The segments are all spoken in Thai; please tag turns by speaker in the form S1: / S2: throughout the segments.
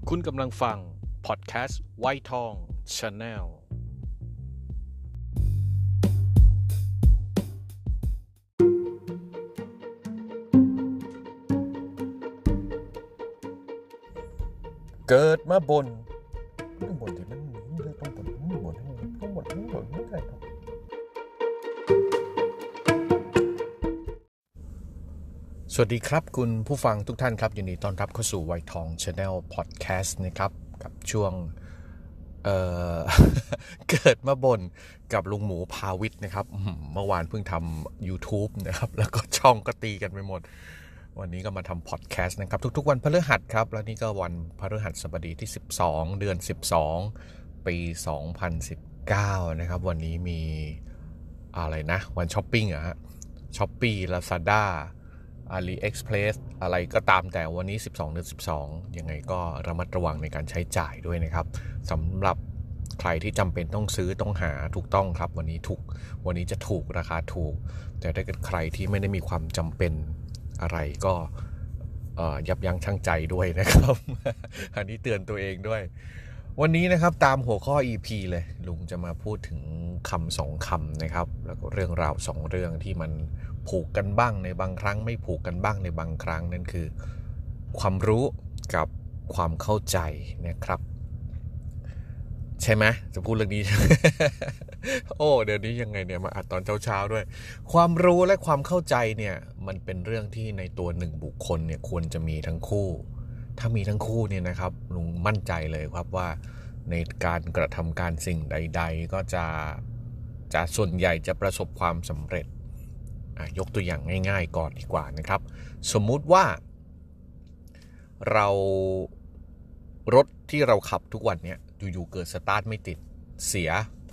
S1: คุณกำลังฟังพอดแคสต์ไวท์ทอง Channelเกิดมาบนที่มันต้องบนไม่ได้ครับสวัสดีครับคุณผู้ฟังทุกท่านครับยินดีต้อนรับเข้าสู่ไวท์ทอง Channel Podcast นะครับกับช่วงเกิดมาบนกับลุงหมูพาวิทย์นะครับเมื่อวานเพิ่งทำ YouTube นะครับแล้วก็ช่องก็ตีกันไปหมดวันนี้ก็มาทำพอดแคสต์นะครับทุกๆวันพฤหัสครับแล้วนี่ก็วันพฤหัสบดีที่12เดือน12ปี2019นะครับวันนี้มีอะไรนะวันช้อปปิ้งอะฮะช้อปปี้ Lazada AliExpress อะไรก็ตามแต่วันนี้12เดือน12ยังไงก็ระมัดระวังในการใช้จ่ายด้วยนะครับสำหรับใครที่จำเป็นต้องซื้อต้องหาถูกต้องครับวันนี้จะถูกราคาถูกแต่ถ้าเกิดใครที่ไม่ได้มีความจำเป็นอะไรก็ยับยั้งชั่งใจด้วยนะครับ อันนี้เตือนตัวเองด้วยวันนี้นะครับตามหัวข้อ EP เลยลุงจะมาพูดถึงคำ2คำนะครับแล้วก็เรื่องราว2เรื่องที่มันผูกกันบ้างในบางครั้งไม่ผูกกันบ้างในบางครั้งนั่นคือความรู้กับความเข้าใจนะครับใช่ไหมจะพูดเรื่องนี้ โอ้เดี๋ยวนี้ยังไงเนี่ยมาอัดตอนเช้าด้วยความรู้และความเข้าใจเนี่ยมันเป็นเรื่องที่ในตัวหนึ่งบุคคลเนี่ยควรจะมีทั้งคู่ถ้ามีทั้งคู่เนี่ยนะครับลุงมั่นใจเลยครับว่าในการกระทำการสิ่งใดๆก็จะส่วนใหญ่จะประสบความสำเร็จยกตัวอย่างง่ายๆก่อนดีกว่านะครับสมมุติว่ารถที่เราขับทุกวันเนี่ยอยู่ๆเกิดสตาร์ทไม่ติดเสีย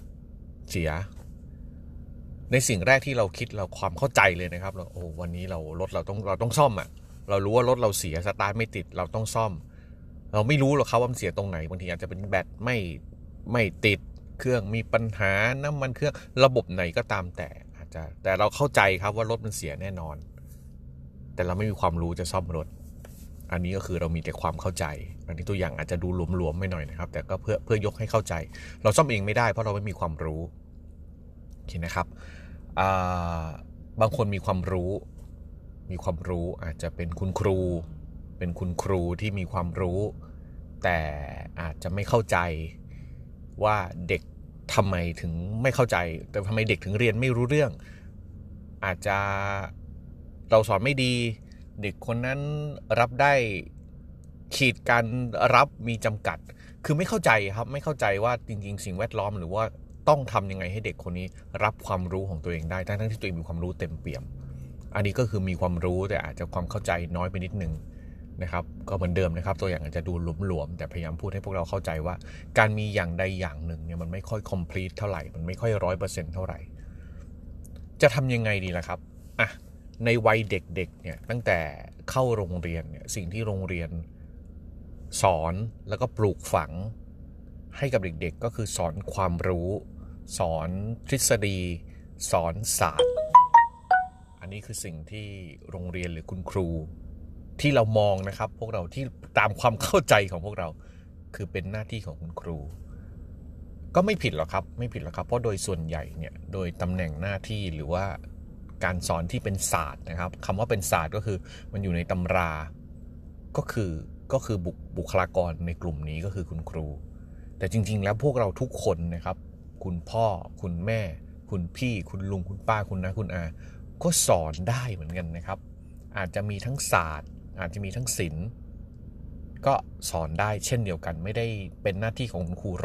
S1: ในสิ่งแรกที่เราคิดเราความเข้าใจเลยนะครับวันนี้รถเราต้องซ่อมอ่ะเรารู้ว่ารถเราเสียสตาร์ทไม่ติดเราต้องซ่อมเราไม่รู้หรอกครับว่ามันเสียตรงไหนบางทีอาจจะเป็นแบตไม่ติดเครื่องมีปัญหาน้ำมันเครื่องระบบไหนก็ตามแต่เราเข้าใจครับว่ารถมันเสียแน่นอนแต่เราไม่มีความรู้จะซ่อมรถอันนี้ก็คือเรามีแต่ความเข้าใจอันนี้ตัวอย่างอาจจะดูหลวมๆไม่หน่อยนะครับแต่ก็เพื่อยกให้เข้าใจเราซ่อมเองไม่ได้เพราะเราไม่มีความรู้โอเคนะครับบางคนมีความรู้อาจจะเป็นคุณครูที่มีความรู้แต่อาจจะไม่เข้าใจว่าเด็กทำไมถึงไม่เข้าใจแต่ทำไมเด็กถึงเรียนไม่รู้เรื่องอาจจะเราสอนไม่ดีเด็กคนนั้นรับได้ขีดการรับมีจำกัดคือไม่เข้าใจครับไม่เข้าใจว่าจริงๆสิ่งแวดล้อมหรือว่าต้องทำยังไงให้เด็กคนนี้รับความรู้ของตัวเองได้ทั้งที่ตัวเองมีความรู้เต็มเปี่ยมอันนี้ก็คือมีความรู้แต่อาจจะความเข้าใจน้อยไปนิดนึงนะครับก็เหมือนเดิมนะครับตัวอย่างอาจจะดูหลวมๆแต่พยายามพูดให้พวกเราเข้าใจว่าการมีอย่างใดอย่างหนึ่งเนี่ยมันไม่ค่อย complete เท่าไหร่มันไม่ค่อย 100% เท่าไหร่จะทำยังไงดีล่ะครับในวัยเด็กๆเนี่ยตั้งแต่เข้าโรงเรียนเนี่ยสิ่งที่โรงเรียนสอนแล้วก็ปลูกฝังให้กับเด็กๆก็คือสอนความรู้สอนทฤษฎีสอนศาสตร์อันนี้คือสิ่งที่โรงเรียนหรือคุณครูที่เรามองนะครับพวกเราที่ตามความเข้าใจของพวกเราคือเป็นหน้าที่ของคุณครูก็ไม่ผิดหรอกครับเพราะโดยส่วนใหญ่เนี่ยโดยตำแหน่งหน้าที่หรือว่าการสอนที่เป็นศาสตร์นะครับคำว่าเป็นศาสตร์ก็คือมันอยู่ในตำราก็คือบุคลากรในกลุ่มนี้ก็คือคุณครูแต่จริงๆแล้วพวกเราทุกคนนะครับคุณพ่อคุณแม่คุณพี่คุณลุงคุณป้าคุณน้าคุณอาก็สอนได้เหมือนกันนะครับอาจจะมีทั้งศาสตร์อาจจะมีทั้งศิลป์ก็สอนได้เช่นเดียวกันไม่ได้เป็นหน้าที่ของคุณครู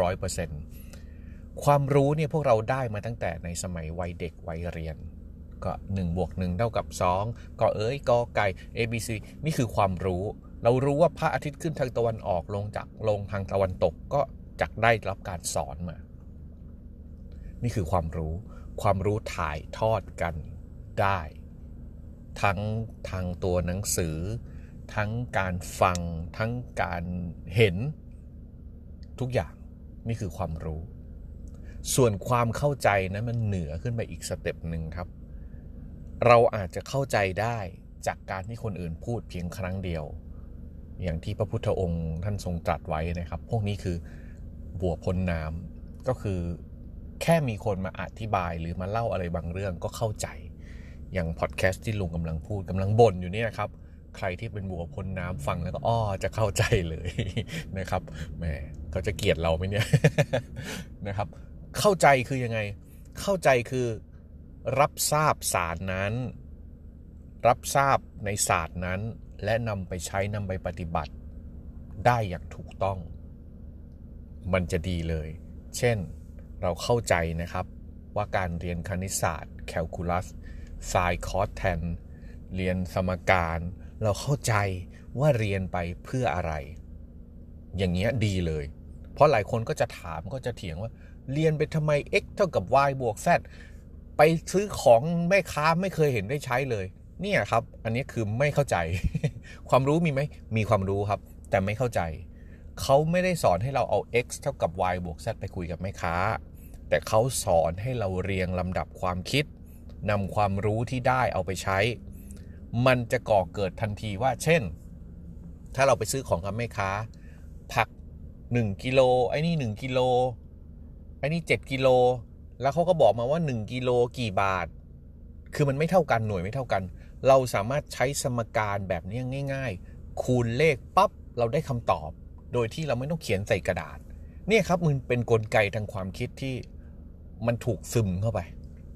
S1: 100% ความรู้เนี่ยพวกเราได้มาตั้งแต่ในสมัยวัยเด็กวัยเรียนก็1 บวก 1เท่ากับ2ก็กอไก่ ABC นี่คือความรู้เรารู้ว่าพระอาทิตย์ขึ้นทางตะวันออกลงทางตะวันตกก็จักได้รับการสอนมานี่คือความรู้ถ่ายทอดกันได้ทั้งทางตัวหนังสือทั้งการฟังทั้งการเห็นทุกอย่างนี่คือความรู้ส่วนความเข้าใจนั้นมันเหนือขึ้นไปอีกสเต็ปหนึ่งครับเราอาจจะเข้าใจได้จากการที่คนอื่นพูดเพียงครั้งเดียวอย่างที่พระพุทธองค์ท่านทรงตรัสไว้นะครับพวกนี้คือบัวพ้นน้ำก็คือแค่มีคนมาอธิบายหรือมาเล่าอะไรบางเรื่องก็เข้าใจอย่างพอดแคสต์ที่ลุงกำลังพูดกำลังบ่นอยู่นี่นะครับใครที่เป็นบัวพ้นน้ำฟังแล้วก็จะเข้าใจเลยนะครับแหมเขาจะเกลียดเราไหมเนี่ย นะครับเข้าใจคือยังไงเข้าใจคือรับทราบศาสตร์นั้นรับทราบในศาสตร์นั้นและนำไปใช้นำไปปฏิบัติได้อย่างถูกต้องมันจะดีเลยเช่นเราเข้าใจนะครับว่าการเรียนคณิตศาสตร์แคลคูลัสไซน์คอสแทนเรียนสมการเราเข้าใจว่าเรียนไปเพื่ออะไรอย่างเงี้ยดีเลยเพราะหลายคนก็จะถามก็จะเถียงว่าเรียนไปทำไม x เท่ากับ y บวก z ไปซื้อของแม่ค้าไม่เคยเห็นได้ใช้เลยเนี่ยครับอันนี้คือไม่เข้าใจ ความรู้มีไหมมีความรู้ครับแต่ไม่เข้าใจเขาไม่ได้สอนให้เราเอา x เท่ากับ y บวก z ไปคุยกับแม่ค้าแต่เขาสอนให้เราเรียงลำดับความคิดนำความรู้ที่ได้เอาไปใช้มันจะก่อเกิดทันทีว่าเช่นถ้าเราไปซื้อของกับแม่ค้าผัก1กิโลไอ้นี่1กิโลไอ้นี่7กิโลแล้วเขาก็บอกมาว่า1กิโลกี่บาทคือมันไม่เท่ากันหน่วยไม่เท่ากันเราสามารถใช้สมการแบบนี้ง่ายๆคูณเลขปั๊บเราได้คำตอบโดยที่เราไม่ต้องเขียนใส่กระดาษเนี่ยครับมันเป็นกลไกทางความคิดที่มันถูกซึมเข้าไป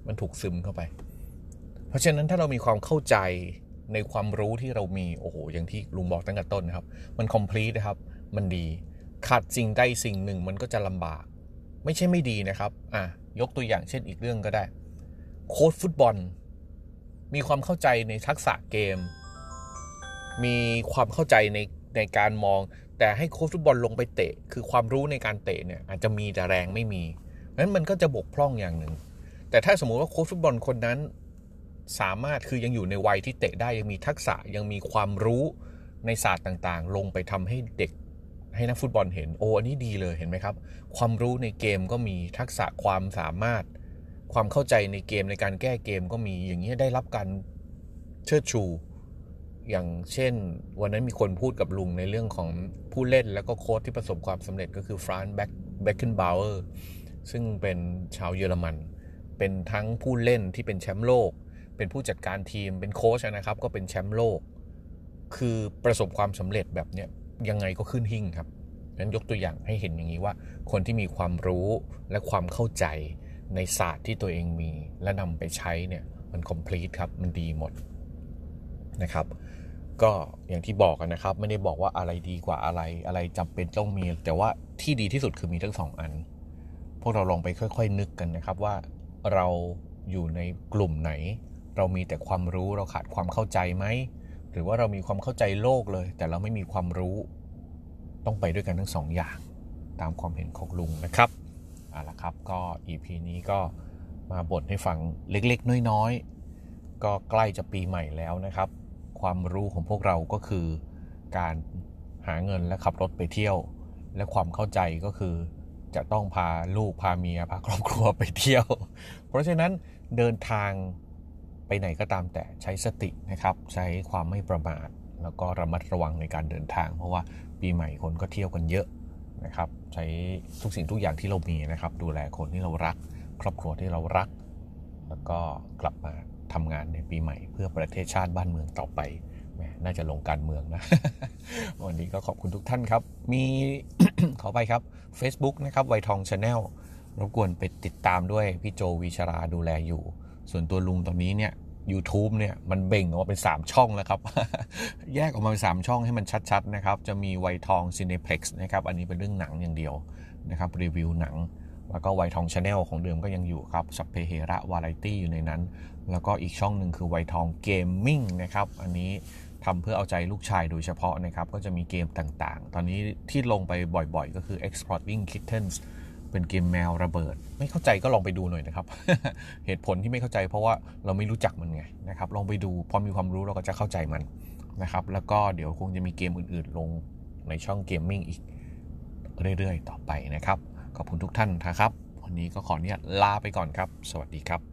S1: เพราะฉะนั้นถ้าเรามีความเข้าใจในความรู้ที่เรามีโอ้โหอย่างที่ลุงบอกตั้งแต่ต้นนะครับมัน complete นะครับมันดีขาดสิ่งใดสิ่งหนึ่งมันก็จะลำบากไม่ใช่ไม่ดีนะครับยกตัวอย่างเช่นอีกเรื่องก็ได้โค้ชฟุตบอลมีความเข้าใจในทักษะเกมมีความเข้าใจในการมองแต่ให้โค้ชฟุตบอลลงไปเตะคือความรู้ในการเตะเนี่ยอาจจะมีแต่แรงไม่มีนั้นมันก็จะบกพร่องอย่างหนึ่งแต่ถ้าสมมุติว่าโค้ชฟุตบอลคนนั้นสามารถคือยังอยู่ในวัยที่เตะได้ยังมีทักษะยังมีความรู้ในศาสตร์ต่างๆลงไปทำให้เด็กให้นักฟุตบอลเห็นอันนี้ดีเลยเห็นไหมครับความรู้ในเกมก็มีทักษะความสามารถความเข้าใจในเกมในการแก้เกมก็มีอย่างนี้ได้รับการเชิดชูอย่างเช่นวันนั้นมีคนพูดกับลุงในเรื่องของผู้เล่นแล้วก็โค้ชที่ประสบความสำเร็จก็คือฟรานซ์แบ็คเกนบาวเออร์ซึ่งเป็นชาวเยอรมันเป็นทั้งผู้เล่นที่เป็นแชมป์โลกเป็นผู้จัดการทีมเป็นโค้ชนะครับก็เป็นแชมป์โลกคือประสบความสำเร็จแบบเนี้ยยังไงก็ขึ้นหิ้งครับงั้นยกตัวอย่างให้เห็นอย่างนี้ว่าคนที่มีความรู้และความเข้าใจในศาสตร์ที่ตัวเองมีและนำไปใช้เนี่ยมัน complete ครับมันดีหมดนะครับก็อย่างที่บอกกันนะครับไม่ได้บอกว่าอะไรดีกว่าอะไรจำเป็นต้องมีแต่ว่าที่ดีที่สุดคือมีทั้ง2อันพวกเราลองไปค่อยๆนึกกันนะครับว่าเราอยู่ในกลุ่มไหนเรามีแต่ความรู้เราขาดความเข้าใจไหมหรือว่าเรามีความเข้าใจโลกเลยแต่เราไม่มีความรู้ต้องไปด้วยกันทั้ง2อย่างตามความเห็นของลุงนะครับเอาล่ะครับก็ EP นี้ก็มาบ่นให้ฟังเล็กๆน้อยๆก็ใกล้จะปีใหม่แล้วนะครับความรู้ของพวกเราก็คือการหาเงินและขับรถไปเที่ยวและความเข้าใจก็คือจะต้องพาลูกพาเมียพาครอบครัวไปเที่ยวเพราะฉะนั้นเดินทางไปไหนก็ตามแต่ใช้สตินะครับใช้ความไม่ประมาทแล้วก็ระมัดระวังในการเดินทางเพราะว่าปีใหม่คนก็เที่ยวกันเยอะนะครับใช้ทุกสิ่งทุกอย่างที่เรามีนะครับดูแลคนที่เรารักครอบครัวที่เรารักแล้วก็กลับมาทำงานในปีใหม่เพื่อประเทศชาติบ้านเมืองต่อไปน่าจะลงการเมืองนะ วันนี้ก็ขอบคุณทุกท่านครับมี ขอไปครับ Facebook นะครับไวทอง Channel รบกวนไปติดตามด้วยพี่โจวีชราดูแลอยู่ส่วนตัวลุงตอนนี้เนี่ย YouTube เนี่ยมันเบ่งออกมาเป็น3ช่องแล้วครับ แยกออกมาเป็น3ช่องให้มันชัดๆนะครับจะมีไวทอง Cineplex นะครับอันนี้เป็นเรื่องหนังอย่างเดียวนะครับรีวิวหนังแล้วก็ไวทอง Channel ของเดิมก็ยังอยู่ครับสัพเพเหระวาไรตี้อยู่ในนั้นแล้วก็อีกช่องหนึ่งคือไวทองเกมมิ่งนะครับอันนี้ทำเพื่อเอาใจลูกชายโดยเฉพาะนะครับก็จะมีเกมต่างๆตอนนี้ที่ลงไปบ่อยๆก็คือ Exploding Kittens เป็นเกมแมวระเบิดไม่เข้าใจก็ลองไปดูหน่อยนะครับ เหตุผลที่ไม่เข้าใจเพราะว่าเราไม่รู้จักมันไงนะครับลองไปดูพอมีความรู้เราก็จะเข้าใจมันนะครับแล้วก็เดี๋ยวคงจะมีเกมอื่นๆลงในช่องเกมมิ่งอีกเรื่อยๆต่อไปนะครับขอบคุณทุกท่านนะครับวันนี้ก็ขออนุญาตลาไปก่อนครับสวัสดีครับ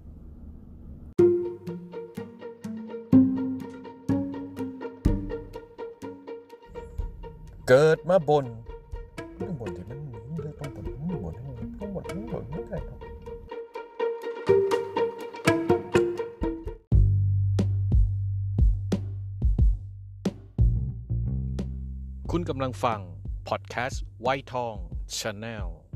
S1: เกิดมาบ่นต้องบ่นที่มันต้องบ่นต้องบ่นไม่ได้หรอกคุณกำลังฟังพอดแคสต์ไวท์ทอง Channel